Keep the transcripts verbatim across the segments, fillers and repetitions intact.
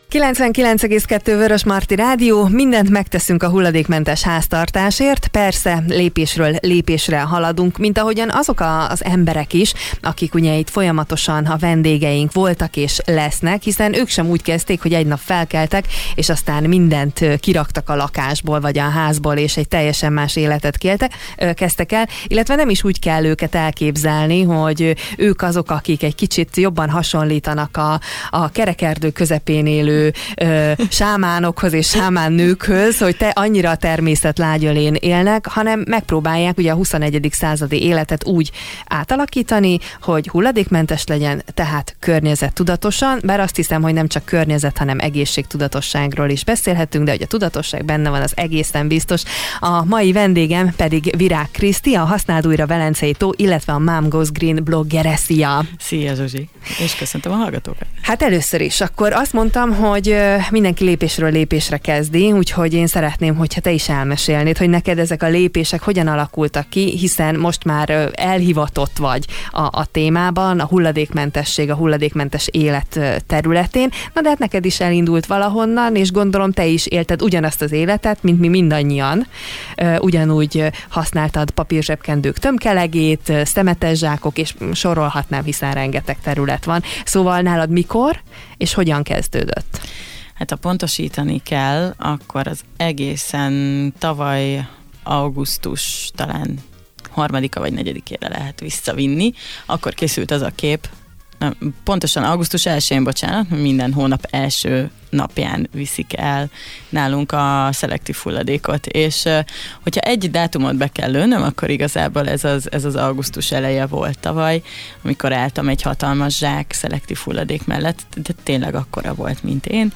kilencvenkilenc egész kettő Vörösmarty Rádió, mindent megteszünk a hulladékmentes háztartásért, persze lépésről lépésre haladunk, mint ahogyan azok a, az emberek is, akik ugye itt folyamatosan a vendégeink voltak és lesznek, hiszen ők sem úgy kezdték, hogy egy nap felkeltek, és aztán mindent kiraktak a lakásból vagy a házból, és egy teljesen más életet kélte, kezdtek el, illetve nem is úgy kell őket elképzelni, hogy ők azok, akik egy kicsit jobban hasonlítanak a, a kerekerdő közepén élő Ö, sámánokhoz és sámánnőkhöz, hogy te annyira a természet lágyölén élnek, hanem megpróbálják ugye a huszonegyedik századi életet úgy átalakítani, hogy hulladékmentes legyen, tehát környezettudatosan, bár azt hiszem, hogy nem csak környezet, hanem egészségtudatosságról is beszélhetünk, de hogy a tudatosság benne van, az egészen biztos. A mai vendégem pedig Virág Kriszti, a Használd újra Velencei tó, illetve a Mom Goes Green bloggere. Szia! Szia Zsuzsi! És köszöntöm a hallgatókat! Hát először is, akkor azt mondtam, hogy mindenki lépésről lépésre kezdi, úgyhogy én szeretném, hogyha te is elmesélnéd, hogy neked ezek a lépések hogyan alakultak ki, hiszen most már elhivatott vagy a, a témában, a hulladékmentesség, a hulladékmentes élet területén, na de hát neked is elindult valahonnan, és gondolom te is élted ugyanazt az életet, mint mi mindannyian. Ugyanúgy használtad papírzsebkendők tömkelegét, szemetes zsákok, és sorolhatnám, hiszen rengeteg terület van. Szóval nálad mikor, és hogyan kezdődött? Hát ha pontosítani kell, akkor az egészen tavaly augusztus talán harmadika vagy negyedikére lehet visszavinni. Akkor készült az a kép, pontosan augusztus elsején, bocsánat, minden hónap első napján viszik el nálunk a szelektív hulladékot, és hogyha egy dátumot be kell lőnöm, akkor igazából ez az, ez az augusztus eleje volt tavaly, amikor álltam egy hatalmas zsák szelektív hulladék mellett, de tényleg akkora volt, mint én,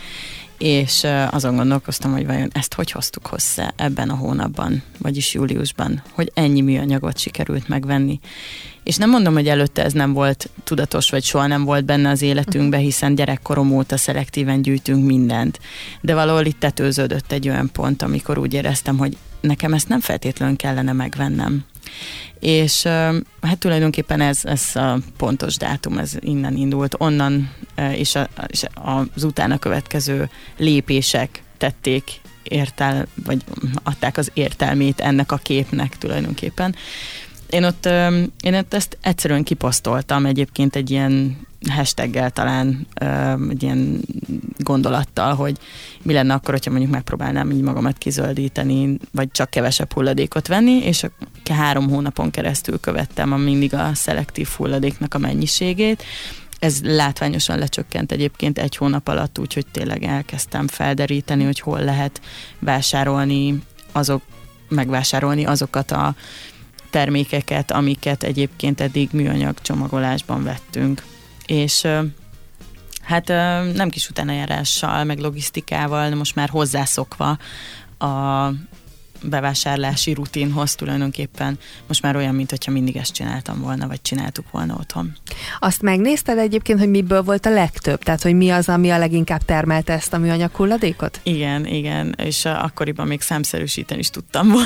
és azon gondolkoztam, hogy vajon ezt hogy hoztuk hozzá ebben a hónapban, vagyis júliusban, hogy ennyi műanyagot sikerült megvenni. És nem mondom, hogy előtte ez nem volt tudatos, vagy soha nem volt benne az életünkben, hiszen gyerekkorom óta szelektíven gyűjtünk mindent. De valahol itt tetőződött egy olyan pont, amikor úgy éreztem, hogy nekem ezt nem feltétlenül kellene megvennem. És hát tulajdonképpen ez, ez a pontos dátum, ez innen indult, onnan, és, a, és az utána következő lépések tették értel, vagy adták az értelmét ennek a képnek tulajdonképpen. Én ott, én ott ezt egyszerűen kiposztoltam egyébként egy ilyen hashtaggel talán, egy ilyen gondolattal, hogy mi lenne akkor, hogyha mondjuk megpróbálnám így magamat kizöldíteni, vagy csak kevesebb hulladékot venni, és három hónapon keresztül követtem a mindig a szelektív hulladéknak a mennyiségét. Ez látványosan lecsökkent egyébként egy hónap alatt, úgyhogy tényleg elkezdtem felderíteni, hogy hol lehet vásárolni, azok, megvásárolni azokat a termékeket, amiket egyébként eddig műanyag csomagolásban vettünk. És hát nem kis utánajárással, meg logisztikával, de most már hozzászokva a bevásárlási rutinhoz tulajdonképpen most már olyan, mint hogyha mindig ezt csináltam volna, vagy csináltuk volna otthon. Azt megnézted egyébként, hogy miből volt a legtöbb? Tehát, hogy mi az, ami a leginkább termelte ezt a műanyag hulladékot? Igen, igen, és akkoriban még számszerűsíteni is tudtam volna,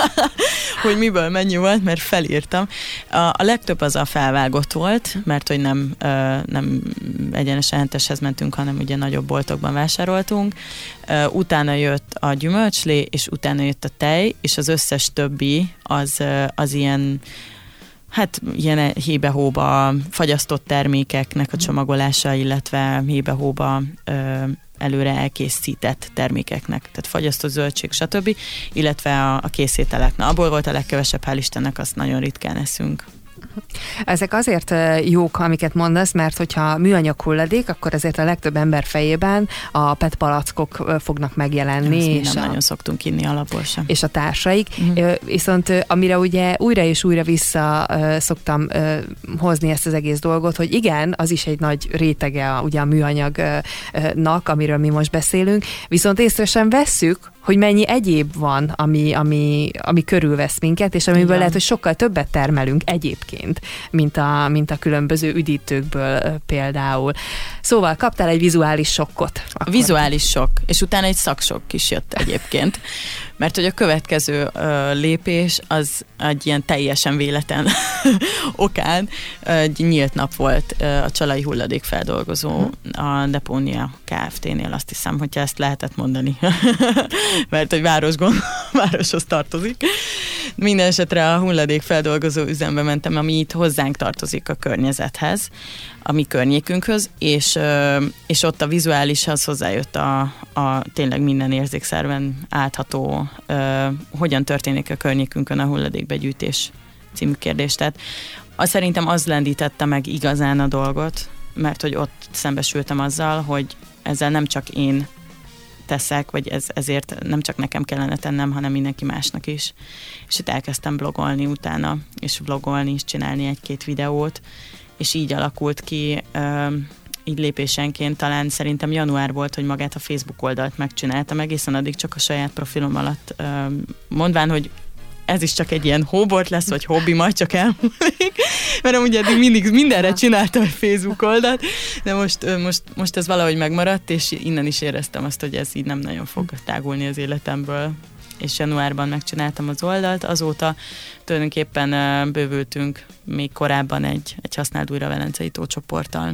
hogy miből mennyi volt, mert felírtam. A, a legtöbb az a felvágott volt, mert hogy nem, nem egyenesen henteshez mentünk, hanem ugye nagyobb boltokban vásároltunk. Utána jött a gyümölcslé, és utána jött a tej, és az összes többi az, az ilyen, hát ilyen hébe-hóba fagyasztott termékeknek a csomagolása, illetve hébe-hóba ö, előre elkészített termékeknek, tehát fagyasztott zöldség, stb., illetve a, a készételek. Na, abból volt a legkevesebb, hál' Istennek, azt nagyon ritkán eszünk. Ezek azért jók, amiket mondasz, mert hogyha műanyag hulladék, akkor azért a legtöbb ember fejében a pé é té palackok fognak megjelenni. És nem a, nagyon szoktunk inni alapból sem. És a társaik. Uh-huh. Viszont amire ugye újra és újra vissza szoktam hozni ezt az egész dolgot, hogy igen, az is egy nagy rétege a, ugye a műanyagnak, amiről mi most beszélünk, viszont észre sem vesszük, hogy mennyi egyéb van, ami, ami, ami körülvesz minket, és amiből igen. lehet, hogy sokkal többet termelünk egyébként, mint a, mint a különböző üdítőkből például. Szóval kaptál egy vizuális sokkot. Akkor. Vizuális sok, és utána egy szaksokk is jött egyébként. mert hogy a következő ö, lépés az egy ilyen teljesen véletlen okán egy nyílt nap volt ö, a Csalai hulladékfeldolgozó uh-huh. a Depónia Kft-nél, azt hiszem, hogyha ezt lehetett mondani, mert hogy városgond, városhoz tartozik. Minden esetre a hulladékfeldolgozó üzembe mentem, ami itt hozzánk tartozik a környezethez, a mi környékünkhöz, és, és ott a vizuálishoz hozzájött a, a tényleg minden érzékszerven átható, hogyan történik a környékünkön a hulladékbegyűjtés című kérdés. Tehát azt szerintem az lendítette meg igazán a dolgot, mert hogy ott szembesültem azzal, hogy ezzel nem csak én teszek, vagy ez, ezért nem csak nekem kellene tennem, hanem mindenki másnak is. És itt elkezdtem blogolni utána, és vlogolni is, csinálni egy-két videót, és így alakult ki, így lépésenként, talán szerintem január volt, hogy magát a Facebook oldalt megcsináltam, egészen addig csak a saját profilom alatt, mondván, hogy ez is csak egy ilyen hóbort lesz, vagy hobbi, majd csak elmúlik, mert amúgy eddig mindig mindenre csináltam egy Facebook oldalt, de most, most, most ez valahogy megmaradt, és innen is éreztem azt, hogy ez így nem nagyon fog tágulni az életemből, és januárban megcsináltam az oldalt, azóta tulajdonképpen bővültünk még korábban egy, egy használd újra Velencei tócsoporttal.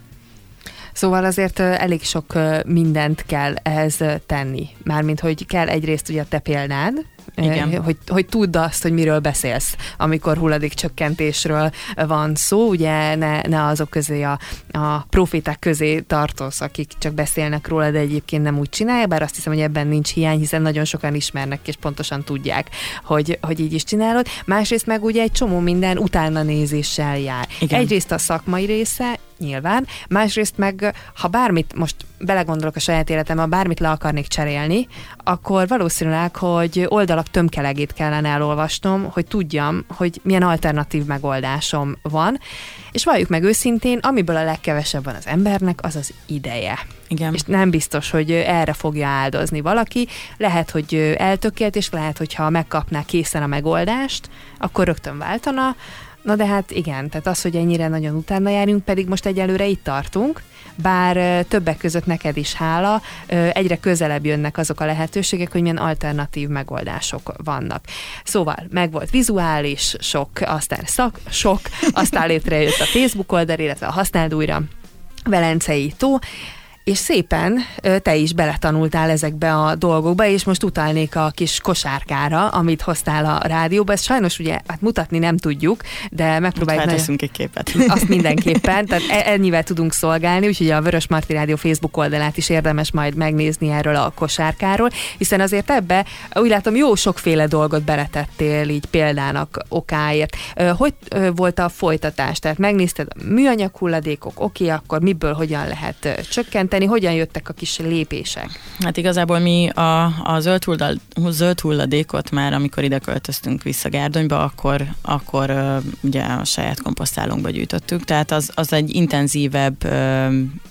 Szóval azért elég sok mindent kell ehhez tenni. Mármint, hogy kell egyrészt ugye a te példád, igen. Hogy, hogy tudd azt, hogy miről beszélsz, amikor hulladékcsökkentésről van szó, ugye ne, ne azok közé a, a profiták közé tartozz, akik csak beszélnek róla, de egyébként nem úgy csinálják, bár azt hiszem, hogy ebben nincs hiány, hiszen nagyon sokan ismernek, és pontosan tudják, hogy, hogy így is csinálod. Másrészt meg ugye egy csomó minden utána nézéssel jár. Igen. Egyrészt a szakmai része, nyilván, másrészt meg, ha bármit, most belegondolok a saját életembe, ha bármit le akarnék cserélni, akkor valószínűleg, hogy oldalak tömkelegét kellene elolvasnom, hogy tudjam, hogy milyen alternatív megoldásom van, és valljuk meg őszintén, amiből a legkevesebb van az embernek, az az ideje. Igen. És nem biztos, hogy erre fogja áldozni valaki. Lehet, hogy eltökélt, és lehet, hogy ha megkapná készen a megoldást, akkor rögtön váltana. Na de hát igen, tehát az, hogy ennyire nagyon utána járjunk, pedig most egyelőre itt tartunk, bár többek között neked is hála, egyre közelebb jönnek azok a lehetőségek, hogy milyen alternatív megoldások vannak. Szóval megvolt vizuális sok, aztán szak sok, aztán létrejött a Facebook oldal, illetve a használd újra Velencei tó, és szépen te is beletanultál ezekbe a dolgokba, és most utalnék a kis kosárkára, amit hoztál a rádióba. Ezt sajnos ugye hát mutatni nem tudjuk, de megpróbáljuk... Felteszünk egy képet. Azt mindenképpen, tehát ennyivel tudunk szolgálni, úgyhogy a Vörös Marti Rádió Facebook oldalát is érdemes majd megnézni erről a kosárkáról, hiszen azért ebbe úgy látom jó sokféle dolgot beletettél így példának okáért. Hogy volt a folytatás? Tehát megnézted a műanyag hulladékok, oké, akkor miből hogyan lehet csökkenteni? Hogyan jöttek a kis lépések? Hát igazából mi a, a zöld, hullad, zöld hulladékot már, amikor ide költöztünk vissza Gárdonyba, akkor, akkor uh, ugye a saját komposztálónkba gyűjtöttük, tehát az, az egy intenzívebb uh,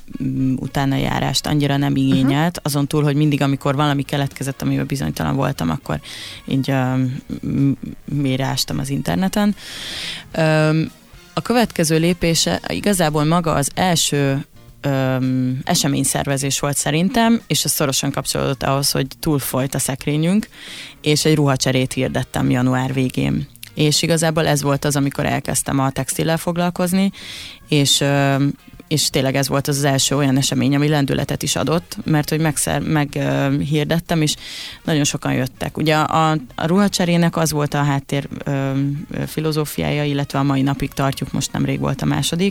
utánajárást annyira nem igényelt, uh-huh. azon túl, hogy mindig, amikor valami keletkezett, amiben bizonytalan voltam, akkor így uh, mérástam az interneten. Uh, a következő lépése igazából maga az első Öm, eseményszervezés volt szerintem, és ez szorosan kapcsolódott ahhoz, hogy túlfolyt a szekrényünk, és egy ruhacserét hirdettem január végén. És igazából ez volt az, amikor elkezdtem a textillel foglalkozni, és, öm, és tényleg ez volt az, az első olyan esemény, ami lendületet is adott, mert hogy meghirdettem, és nagyon sokan jöttek. Ugye a, a ruhacserének az volt a háttér öm, filozófiája, illetve a mai napig tartjuk, most nemrég volt a második,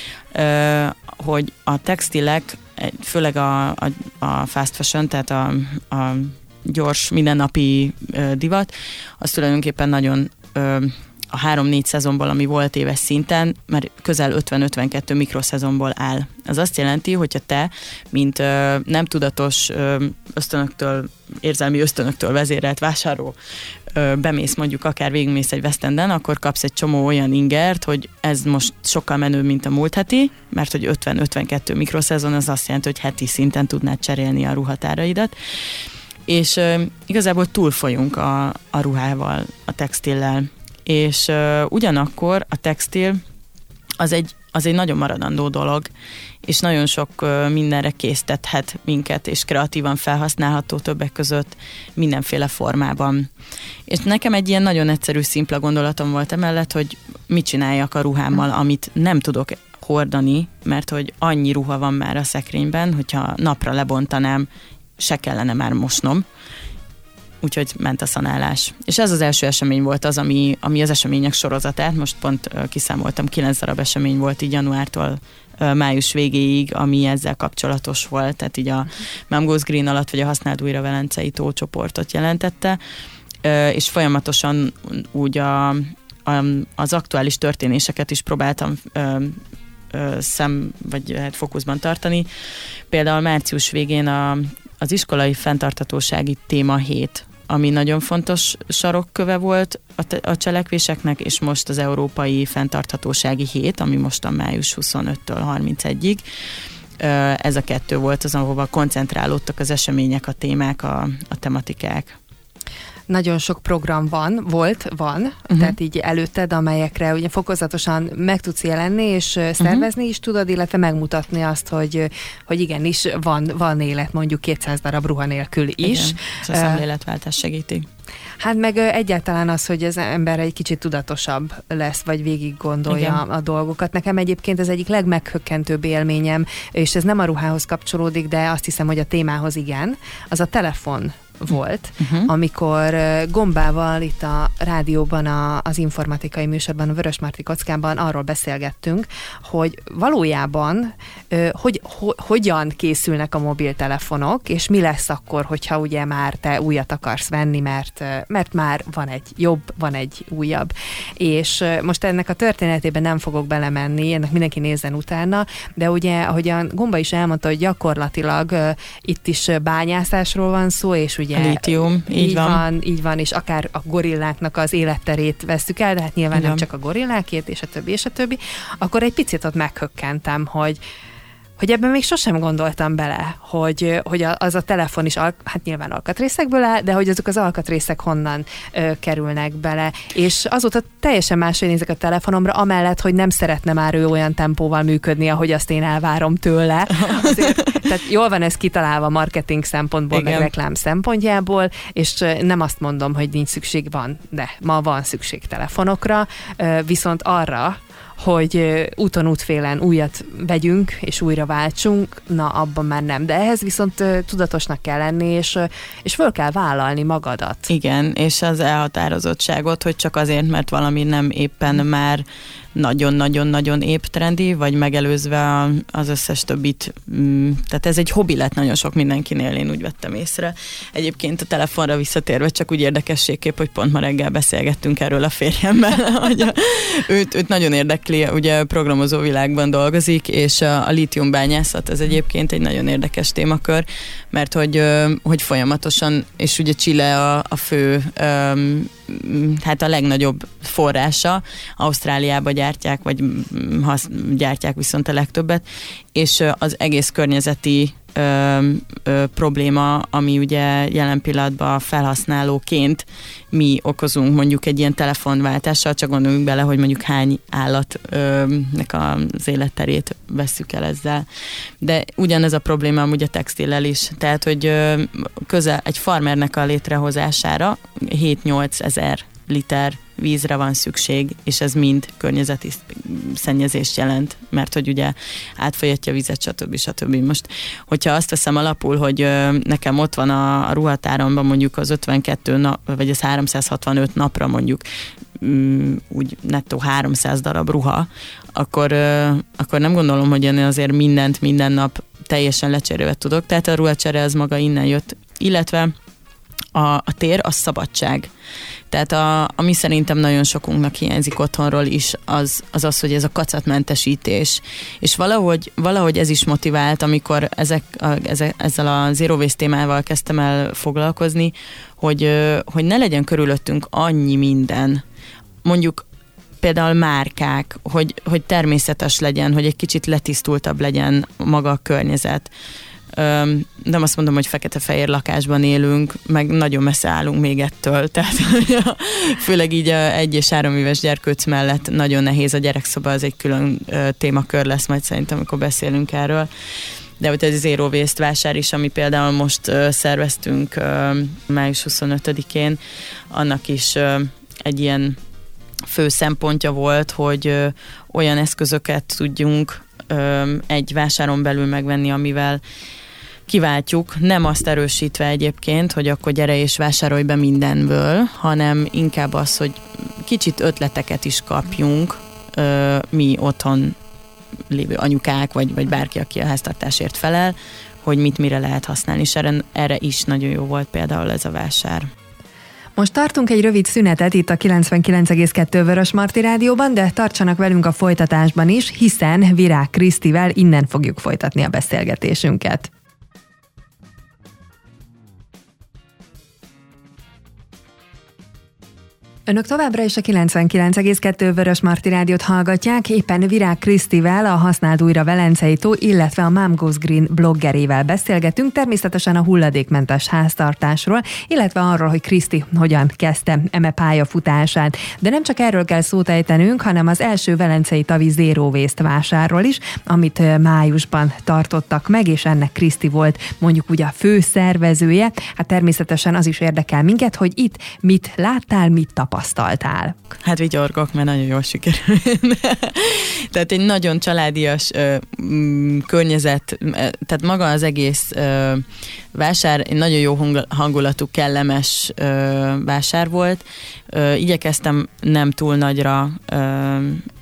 hogy a textilek, főleg a, a, a fast fashion, tehát a, a gyors, mindennapi divat, az tulajdonképpen nagyon a három-négy szezonból, ami volt éves szinten, mert közel ötven-ötvenkettő mikroszezonból áll. Az azt jelenti, hogyha te, mint ö, nem tudatos ö, ösztönöktől, érzelmi ösztönöktől vezérelt vásárló ö, bemész, mondjuk akár végigmész egy West Enden, akkor kapsz egy csomó olyan ingert, hogy ez most sokkal menőbb, mint a múlt heti, mert hogy ötven-ötvenkettő mikroszezon, az azt jelenti, hogy heti szinten tudnád cserélni a ruhatáraidat. És ö, igazából túlfolyunk a, a ruhával, a textillel. És uh, ugyanakkor a textil az egy, az egy nagyon maradandó dolog, és nagyon sok mindenre késztethet minket, és kreatívan felhasználható többek között mindenféle formában. És nekem egy ilyen nagyon egyszerű, szimpla gondolatom volt emellett, hogy mit csináljak a ruhámmal, amit nem tudok hordani, mert hogy annyi ruha van már a szekrényben, hogyha napra lebontanám, se kellene már mosnom. Úgyhogy ment a szanálás. És ez az első esemény volt az, ami, ami az események sorozatát, most pont uh, kiszámoltam, kilenc darab esemény volt így januártól uh, május végéig, ami ezzel kapcsolatos volt, tehát így a Mom Goes Green alatt, vagy a Használd újra Velencei tócsoportot jelentette, uh, és folyamatosan úgy a, a, az aktuális történéseket is próbáltam uh, uh, szem, vagy hát fókuszban tartani. Például március végén a, az iskolai fenntarthatósági téma hét, ami nagyon fontos sarokköve volt a, te- a cselekvéseknek, és most az Európai Fenntarthatósági Hét, ami mostan május huszonötödikétől harmincegyedikéig. Ez a kettő volt az, ahova koncentrálódtak az események, a témák, a, a tematikák. Nagyon sok program van, volt, van, uh-huh. tehát így előtted, amelyekre ugye fokozatosan meg tudsz jelenni, és szervezni uh-huh. is tudod, illetve megmutatni azt, hogy, hogy igenis van, van élet mondjuk kétszáz darab ruha nélkül is. Igen, és a szemléletváltás segíti. Hát meg egyáltalán az, hogy az ember egy kicsit tudatosabb lesz, vagy végig gondolja Igen. a dolgokat. Nekem egyébként az egyik legmeghökkentőbb élményem, és ez nem a ruhához kapcsolódik, de azt hiszem, hogy a témához igen, az a telefon volt, uh-huh. amikor Gombával itt a rádióban, a, az informatikai műsorban, a Vörösmarty Kockában arról beszélgettünk, hogy valójában hogy, ho, hogyan készülnek a mobiltelefonok, és mi lesz akkor, hogyha ugye már te újat akarsz venni, mert, mert már van egy jobb, van egy újabb. És most ennek a történetében nem fogok belemenni, ennek mindenki nézzen utána, de ugye, ahogyan Gomba is elmondta, hogy gyakorlatilag uh, itt is bányászásról van szó, és ugye a lítium, így, így van. van. Így van, és akár a gorilláknak az életterét vesszük el, de hát nyilván Igen. nem csak a gorillákét, és a többi, és a többi. Akkor egy picit ott meghökkentem, hogy hogy ebben még sosem gondoltam bele, hogy, hogy az a telefon is, al- hát nyilván alkatrészekből áll, de hogy azok az alkatrészek honnan ö, kerülnek bele. És azóta teljesen máshogy nézek a telefonomra, amellett, hogy nem szeretne már ő olyan tempóval működni, ahogy azt én elvárom tőle. Azért, tehát jól van ez kitalálva marketing szempontból, Igen. meg reklám szempontjából, és nem azt mondom, hogy nincs szükség, van, de ma van szükség telefonokra, viszont arra, hogy úton útfélen újat vegyünk, és újra váltsunk, na abban már nem. De ehhez viszont tudatosnak kell lenni, és, és föl kell vállalni magadat. Igen, és az elhatározottságot, hogy csak azért, mert valami nem éppen már nagyon-nagyon-nagyon épp trendi, vagy megelőzve az összes többit. Tehát ez egy hobbi lett nagyon sok mindenkinél, én úgy vettem észre. Egyébként a telefonra visszatérve csak úgy érdekességképp, hogy pont ma reggel beszélgettünk erről a férjemmel, hogy a, őt, őt nagyon érdekli, ugye programozó világban dolgozik, és a, a lítiumbányászat ez egyébként egy nagyon érdekes témakör, mert hogy, hogy folyamatosan, és ugye Chile a, a fő, hát a legnagyobb forrása, Ausztráliába gyártják, vagy hasz, gyártják viszont a legtöbbet, és az egész környezeti ö, ö, probléma, ami ugye jelen pillanatban felhasználóként mi okozunk mondjuk egy ilyen telefonváltással, csak gondoljunk bele, hogy mondjuk hány állatnek az életterét vesszük el ezzel. De ugyanez a probléma amúgy a textillel is, tehát hogy ö, közel egy farmernek a létrehozására hét-nyolc ezer liter vízre van szükség, és ez mind környezeti szennyezést jelent, mert hogy ugye átfolyatja a vizet, stb. stb. Most, hogyha azt veszem alapul, hogy ö, nekem ott van a, a ruhatáromban mondjuk az ötvenkettő nap, vagy az háromszázhatvanöt napra mondjuk mm, úgy nettó háromszáz darab ruha, akkor, ö, akkor nem gondolom, hogy én azért mindent minden nap teljesen lecserélve tudok, tehát a ruhacsere az maga innen jött, illetve a, a tér, az szabadság. Tehát a, ami szerintem nagyon sokunknak hiányzik otthonról is, az az, az hogy ez a kacatmentesítés. És valahogy, valahogy ez is motivált, amikor ezek, a, ezek, ezzel a zero waste témával kezdtem el foglalkozni, hogy, hogy ne legyen körülöttünk annyi minden. Mondjuk például márkák, hogy, hogy természetes legyen, hogy egy kicsit letisztultabb legyen maga a környezet. nem azt mondom, hogy fekete-fehér lakásban élünk, meg nagyon messze állunk még ettől, tehát főleg így a egy és három éves gyerkőc mellett nagyon nehéz, a gyerekszoba az egy külön témakör lesz majd szerintem, amikor beszélünk erről. De hogy ez az Zero Waste vásár is, ami például most uh, szerveztünk uh, május huszonötödikén, annak is uh, egy ilyen fő szempontja volt, hogy uh, olyan eszközöket tudjunk uh, egy vásáron belül megvenni, amivel kiváltjuk, nem azt erősítve egyébként, hogy akkor gyere és vásárolj be mindenből, hanem inkább az, hogy kicsit ötleteket is kapjunk uh, mi otthon lévő anyukák, vagy, vagy bárki, aki a háztartásért felel, hogy mit mire lehet használni, és erre, erre is nagyon jó volt például ez a vásár. Most tartunk egy rövid szünetet itt a kilencvenkilenc egész kettő Vörösmarty Rádióban, de tartsanak velünk a folytatásban is, hiszen Virág Krisztivel innen fogjuk folytatni a beszélgetésünket. Önök továbbra is a kilencvenkilenc egész kettő Vörösmarty Rádiót hallgatják, éppen Virág Krisztivel, a Használd Újra Velencei tó, illetve a Mom Goes Green bloggerével beszélgetünk, természetesen a hulladékmentes háztartásról, illetve arról, hogy Kriszti hogyan kezdte eme pályafutását. De nem csak erről kell szót ejtenünk, hanem az első velencei tavi Zero Waste vásárról is, amit májusban tartottak meg, és ennek Kriszti volt mondjuk ugye a fő szervezője. Hát természetesen az is érdekel minket, hogy itt mit láttál, mit tapasztaltál. Tapasztaltál? Hát vigyorgok, mert nagyon jól sikerül. Tehát egy nagyon családias ö, m, környezet, tehát maga az egész ö, vásár egy nagyon jó hangulatú, kellemes ö, vásár volt. Ö, igyekeztem nem túl nagyra ö,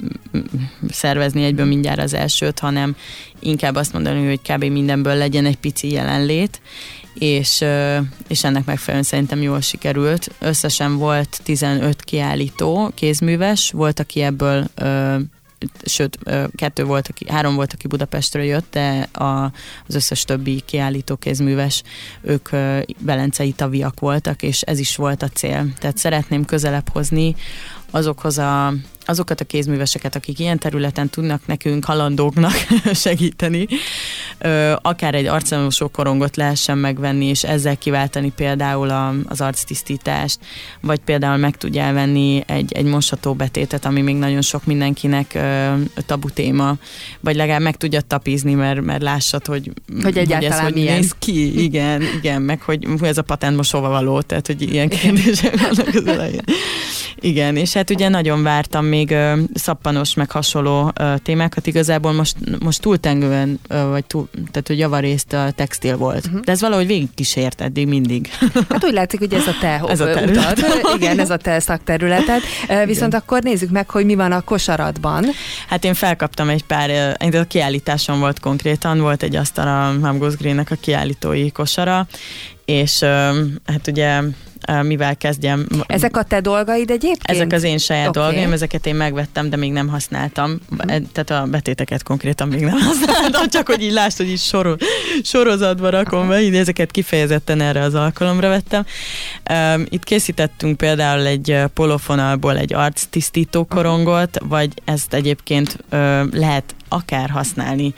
szervezni egyből mindjárt az elsőt, hanem inkább azt mondani, hogy kb. Mindenből legyen egy pici jelenlét, és, és ennek megfelelően szerintem jól sikerült. Összesen volt tizenöt kiállító, kézműves, volt, aki ebből, ö, sőt, ö, kettő volt, aki, három volt, aki Budapestről jött, de a, az összes többi kiállító kézműves, ők ö, velencei taviak voltak, és ez is volt a cél. Tehát szeretném közelebb hozni azokhoz a azokat a kézműveseket, akik ilyen területen tudnak nekünk, halandóknak segíteni, akár egy arcmosó korongot lehessen megvenni, és ezzel kiváltani például a, az arctisztítást, vagy például meg tudja elvenni egy, egy mosható betétet, ami még nagyon sok mindenkinek tabu téma, vagy legalább meg tudja tapizni, mert, mert lássad, hogy, hogy egyáltalán hogy ez, hogy néz ki, igen, igen, meg hogy ez a patentmosóval való, tehát hogy ilyen kérdések vannak az elején. Igen, és hát ugye nagyon vártam még ö, szappanos, meg hasonló ö, témákat. Igazából most, most túltengően, ö, vagy túl, tehát hogy javarészt a textil volt. Uh-huh. De ez valahogy végig kísért eddig mindig. Hát úgy látszik, hogy ez a te ez a utat. Igen, ez a te szakterületed. Viszont igen. Akkor nézzük meg, hogy mi van a kosaradban. Hát én felkaptam egy pár, a kiállításon volt konkrétan, volt egy asztal a Mom Goes Greennek a kiállítói kosara, és hát ugye mivel kezdjem. Ezek a te dolgaid egyébként? Ezek az én saját okay. dolgaim, ezeket én megvettem, de még nem használtam. Mm. Tehát a betéteket konkrétan még nem használtam, csak hogy így lásd, hogy így soro, sorozatba rakom be, így ezeket kifejezetten erre az alkalomra vettem. Itt készítettünk például egy polofonalból egy arctisztító korongot, vagy ezt egyébként lehet akár használni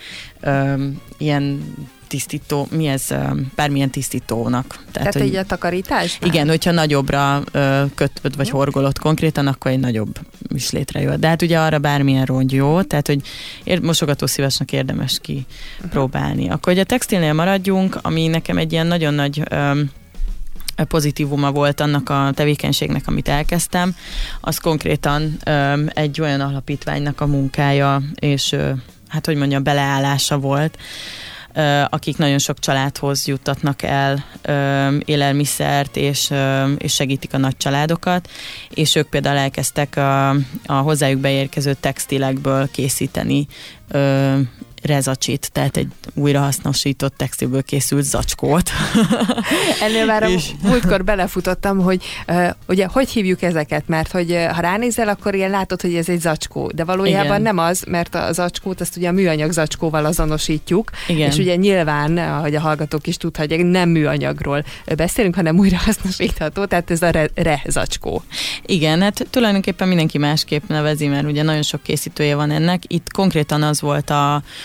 ilyen tisztító, mi ez, bármilyen tisztítónak. Tehát, Tehát hogy, így a takarítás? Igen, hogyha nagyobbra ö, kötöd, vagy horgolod konkrétan, akkor egy nagyobb is létrejön. De hát ugye arra bármilyen rongy jó, tehát hogy ér, mosogatószívasnak érdemes kipróbálni. Uh-huh. Akkor ugye a textilnél maradjunk, ami nekem egy ilyen nagyon nagy ö, pozitívuma volt annak a tevékenységnek, amit elkezdtem, az konkrétan ö, egy olyan alapítványnak a munkája, és ö, hát hogy mondjam, beleállása volt, akik nagyon sok családhoz juttatnak el ö, élelmiszert, és, ö, és segítik a nagy családokat, és ők például elkezdtek a, a hozzájuk beérkező textilekből készíteni ö, rezacsit, tehát egy újrahasznosított textilből készült zacskót. Ennél már és... múltkor belefutottam, hogy uh, ugye hogy hívjuk ezeket, mert hogy uh, ha ránézel, akkor ilyen látod, hogy ez egy zacskó, de valójában igen. nem az, mert a zacskót azt ugye a műanyag zacskóval azonosítjuk, igen. és ugye nyilván, ahogy a hallgatók is tudhatják, nem műanyagról beszélünk, hanem újrahasznosítható, tehát ez a re, re zacskó. Igen, hát tulajdonképpen mindenki másképp nevezi, mert ugye nagyon sok készítője van ennek. Itt konkrétan az volt a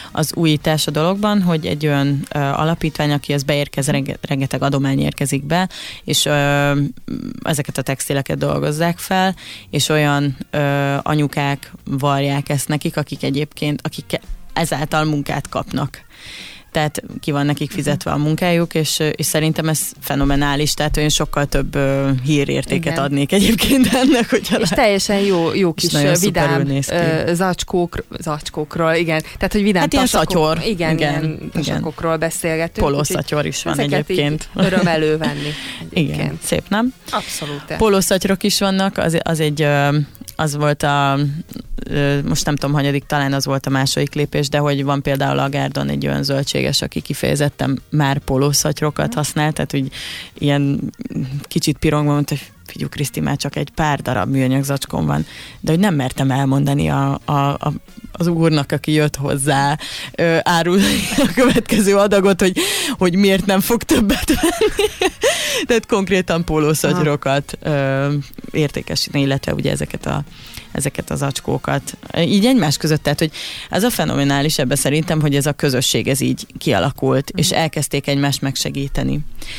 az újítás a dologban, hogy egy olyan ö, alapítvány, aki az beérkez, rengeteg adomány érkezik be, és ö, ezeket a textileket dolgozzák fel, és olyan ö, anyukák varják ezt nekik, akik egyébként, akik ezáltal munkát kapnak. Tehát ki van nekik fizetve a munkájuk, és, és szerintem ez fenomenális, tehát én sokkal több uh, hírértéket Igen. adnék egyébként ennek, hogyha és le... teljesen jó, jó kis vidám uh, zacskók, zacskókról, igen, tehát hogy vidám hát tasakok, ilyen igen, igen, ilyen tasakokról beszélgetünk. Polószatyor is van egyébként. Öröm elővenni. Igen, szép, nem? Abszolút. Polószatyrok is vannak, az, az egy... az volt a, most nem tudom, hanyadik, talán az volt a második lépés, de hogy van például a Gárdon egy olyan zöldséges, aki kifejezetten már polószatyrokat használ, tehát hogy ilyen kicsit pirongva mondta, hogy figyelj Kriszti, már csak egy pár darab műanyag zacskón van, de hogy nem mertem elmondani a, a, a, az úrnak, aki jött hozzá ö, árulni a következő adagot, hogy, hogy miért nem fog többet venni. Tehát konkrétan pólószatyrokat ö, értékesíteni, illetve ugye ezeket a ezeket az zacskókat. Így egymás között, tehát, hogy ez a fenomenális ebben szerintem, hogy ez a közösség ez így kialakult, mm. és elkezdték egymást megsegíteni.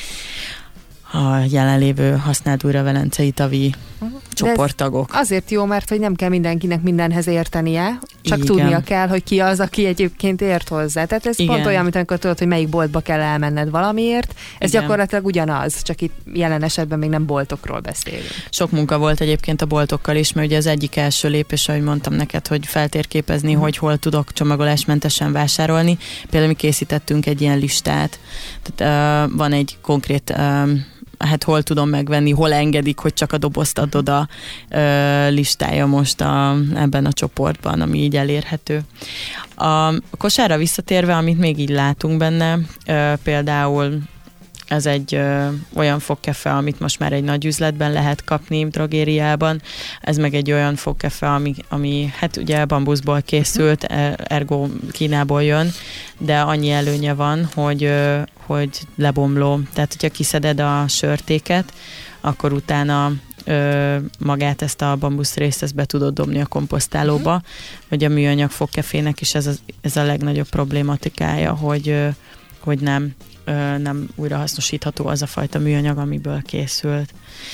A jelenlévő használt újra velencei tavi uh-huh. csoporttagok. Azért jó, mert hogy nem kell mindenkinek mindenhez értenie, csak Igen. tudnia kell, hogy ki az, aki egyébként ért hozzá. Tehát ez Igen. pont olyan, mint amikor tudod, hogy melyik boltba kell elmenned valamiért. Ez Igen. gyakorlatilag ugyanaz, csak itt jelen esetben még nem boltokról beszélünk. Sok munka volt egyébként a boltokkal is, mert ugye az egyik első lépés, ahogy mondtam neked, hogy feltérképezni, uh-huh. hogy hol tudok csomagolásmentesen vásárolni. Például mi készítettünk egy ilyen listát. Tehát uh, van egy konkrét uh, hát hol tudom megvenni, hol engedik, hogy csak a dobozt adod a ö, listája most a, ebben a csoportban, ami így elérhető. A kosárra visszatérve, amit még így látunk benne, ö, például ez egy ö, olyan fogkefe, amit most már egy nagy üzletben lehet kapni, drogériában. Ez meg egy olyan fogkefe, ami, ami hát ugye bambuszból készült, ergo Kínából jön, de annyi előnye van, hogy, ö, hogy lebomló. Tehát, hogyha kiszeded a sörtéket, akkor utána ö, magát ezt a bambuszrészt ezt be tudod dobni a komposztálóba, uh-huh. vagy a műanyag fogkefének is ez a, ez a legnagyobb problématikája, hogy, ö, hogy nem nem újrahasznosítható az a fajta műanyag, amiből készült.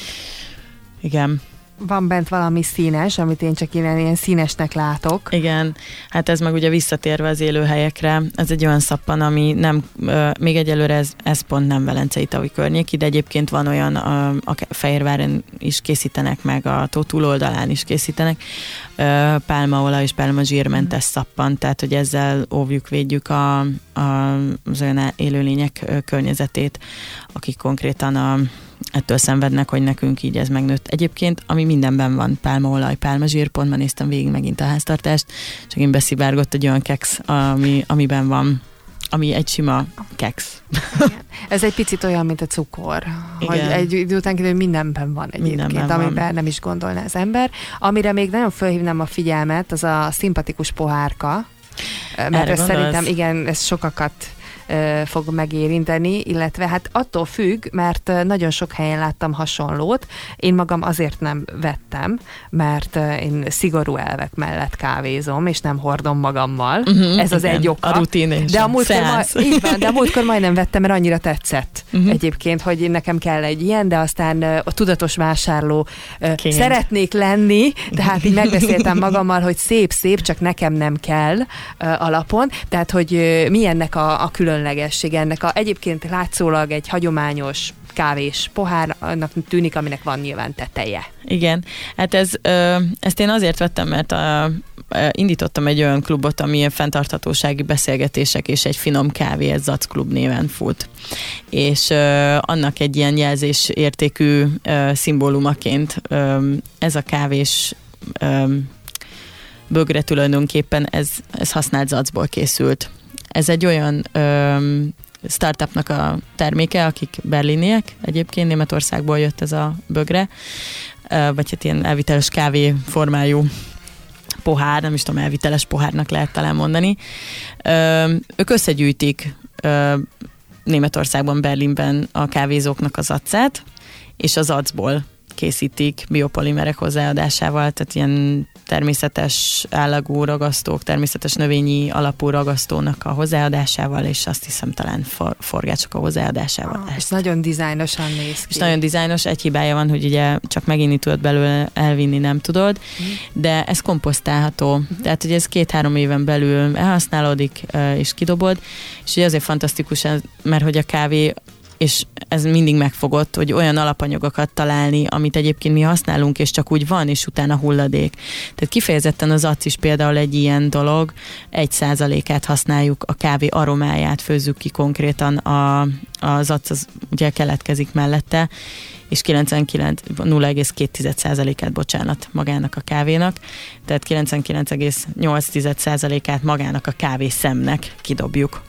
Igen. Van bent valami színes, amit én csak ilyen, ilyen színesnek látok. Igen, hát ez meg ugye visszatérve az élőhelyekre, ez egy olyan szappan, ami nem, még egyelőre ez, ez pont nem velencei tavi környéki, de egyébként van olyan, a, a Fehérváron is készítenek meg, a tó túloldalán is készítenek, pálmaolaj és pálmazsírmentes szappan, tehát hogy ezzel óvjuk, védjük a, a, az olyan élőlények környezetét, akik konkrétan a ettől szenvednek, hogy nekünk így ez megnőtt. Egyébként, ami mindenben van, pálmaolaj, pálmazsír, pont már néztem végig megint a háztartást, csak én beszivárgott egy olyan keksz, ami, amiben van, ami egy sima keksz. Igen. Ez egy picit olyan, mint a cukor, Igen. hogy egy idő után hogy mindenben van egyébként, mindenben amiben van. Nem is gondolná az ember. Amire még nagyon felhívnám a figyelmet, az a szimpatikus pohárka, mert ez szerintem, igen, ez sokakat fog megérinteni, illetve hát attól függ, mert nagyon sok helyen láttam hasonlót. Én magam azért nem vettem, mert én szigorú elvek mellett kávézom, és nem hordom magammal. Uh-huh, Ez az igen, egy oka. A rutin de a múltkor, ma, így van, de a múltkor majdnem vettem, mert annyira tetszett uh-huh. egyébként, hogy nekem kell egy ilyen, de aztán a tudatos vásárló Ként. szeretnék lenni, tehát így megbeszéltem magammal, hogy szép-szép, csak nekem nem kell alapon, tehát hogy mi ennek a, a különlegesség, ennek a egyébként látszólag egy hagyományos kávés pohárnak tűnik, aminek van nyilván teteje. Igen, hát ez, ö, ezt én azért vettem, mert a, ö, indítottam egy olyan klubot, ami ilyen fenntarthatósági beszélgetések és egy finom kávé, ez Zac Klub néven fut. És ö, annak egy ilyen jelzésértékű ö, szimbólumaként ö, ez a kávés ö, bögre tulajdonképpen ez, ez használt zacból készült. Ez egy olyan ö, startupnak a terméke, akik berliniek, egyébként Németországból jött ez a bögre, ö, vagy hát ilyen elviteles kávé formájú pohár, nem is tudom, elviteles pohárnak lehet talán mondani. Ö, ők összegyűjtik ö, Németországban, Berlinben a kávézóknak az acát, és az acból készítik biopolimerek hozzáadásával, tehát ilyen természetes állagú ragasztók, természetes növényi alapú ragasztónak a hozzáadásával, és azt hiszem talán for, forgácsok a hozzáadásával. Ah, ez nagyon dizájnosan néz ki. És nagyon dizájnos, egy hibája van, hogy ugye csak meginni tudod belőle, elvinni nem tudod, mm. de ez komposztálható, mm. tehát hogy ez két-három éven belül elhasználódik és kidobod, és ugye azért fantasztikus, mert hogy a kávé, és ez mindig megfogott, hogy olyan alapanyagokat találni, amit egyébként mi használunk, és csak úgy van, és utána hulladék. Tehát kifejezetten az ac is például egy ilyen dolog, egy százalékát használjuk, a kávé aromáját főzzük ki konkrétan, a, az ac az ugye keletkezik mellette, és kilencvenkilenc nulla egész két százalékát, bocsánat, magának a kávénak, tehát kilencvenkilenc egész nyolc százalékát magának a kávészemnek kidobjuk.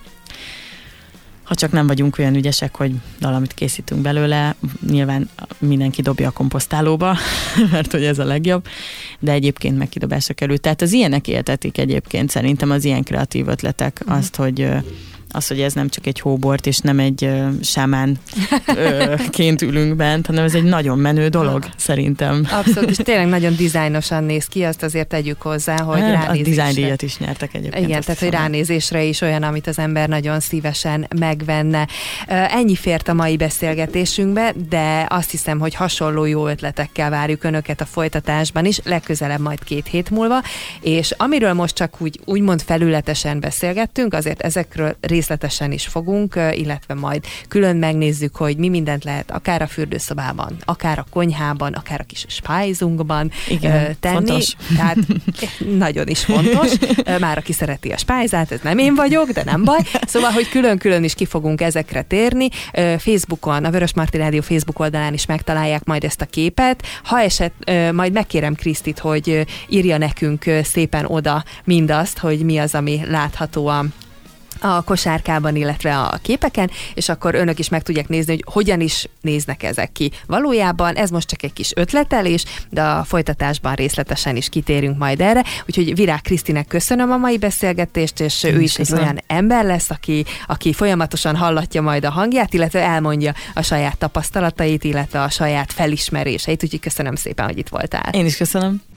Ha csak nem vagyunk olyan ügyesek, hogy valamit készítünk belőle, nyilván mindenki dobja a komposztálóba, mert hogy ez a legjobb, de egyébként meg kidobásra kerül. Tehát az ilyenek éltetik egyébként szerintem az ilyen kreatív ötletek, mm. azt, hogy az, hogy ez nem csak egy hóbort, és nem egy uh, sámánként ülünk bent, hanem ez egy nagyon menő dolog, szerintem. Abszolút, és tényleg nagyon dizájnosan néz ki, azt azért tegyük hozzá, hogy hát, ránézésre... A dizájndíjat is nyertek egyébként. Igen, tehát, hogy ránézésre is olyan, amit az ember nagyon szívesen megvenne. Ennyi fért a mai beszélgetésünkbe, de azt hiszem, hogy hasonló jó ötletekkel várjuk Önöket a folytatásban is, legközelebb majd két hét múlva, és amiről most csak úgy úgymond felületesen beszélgettünk, azért ezekről részletesen is fogunk, illetve majd külön megnézzük, hogy mi mindent lehet akár a fürdőszobában, akár a konyhában, akár a kis spájzunkban Igen, tenni. Fontos. Tehát nagyon is fontos. Már aki szereti a spájzát, ez nem én vagyok, de nem baj. Szóval, hogy külön-külön is ki fogunk ezekre térni. Facebookon, a Vörösmarty Rádió Facebook oldalán is megtalálják majd ezt a képet. Ha eset, majd megkérem Krisztit, hogy írja nekünk szépen oda mindazt, hogy mi az, ami látható a a kosárkában, illetve a képeken, és akkor önök is meg tudják nézni, hogy hogyan is néznek ezek ki. Valójában ez most csak egy kis ötletelés, de a folytatásban részletesen is kitérünk majd erre, úgyhogy Virág Krisztinek köszönöm a mai beszélgetést, és Én ő is egy olyan ember lesz, aki, aki folyamatosan hallatja majd a hangját, illetve elmondja a saját tapasztalatait, illetve a saját felismeréseit, úgyhogy köszönöm szépen, hogy itt voltál. Én is köszönöm.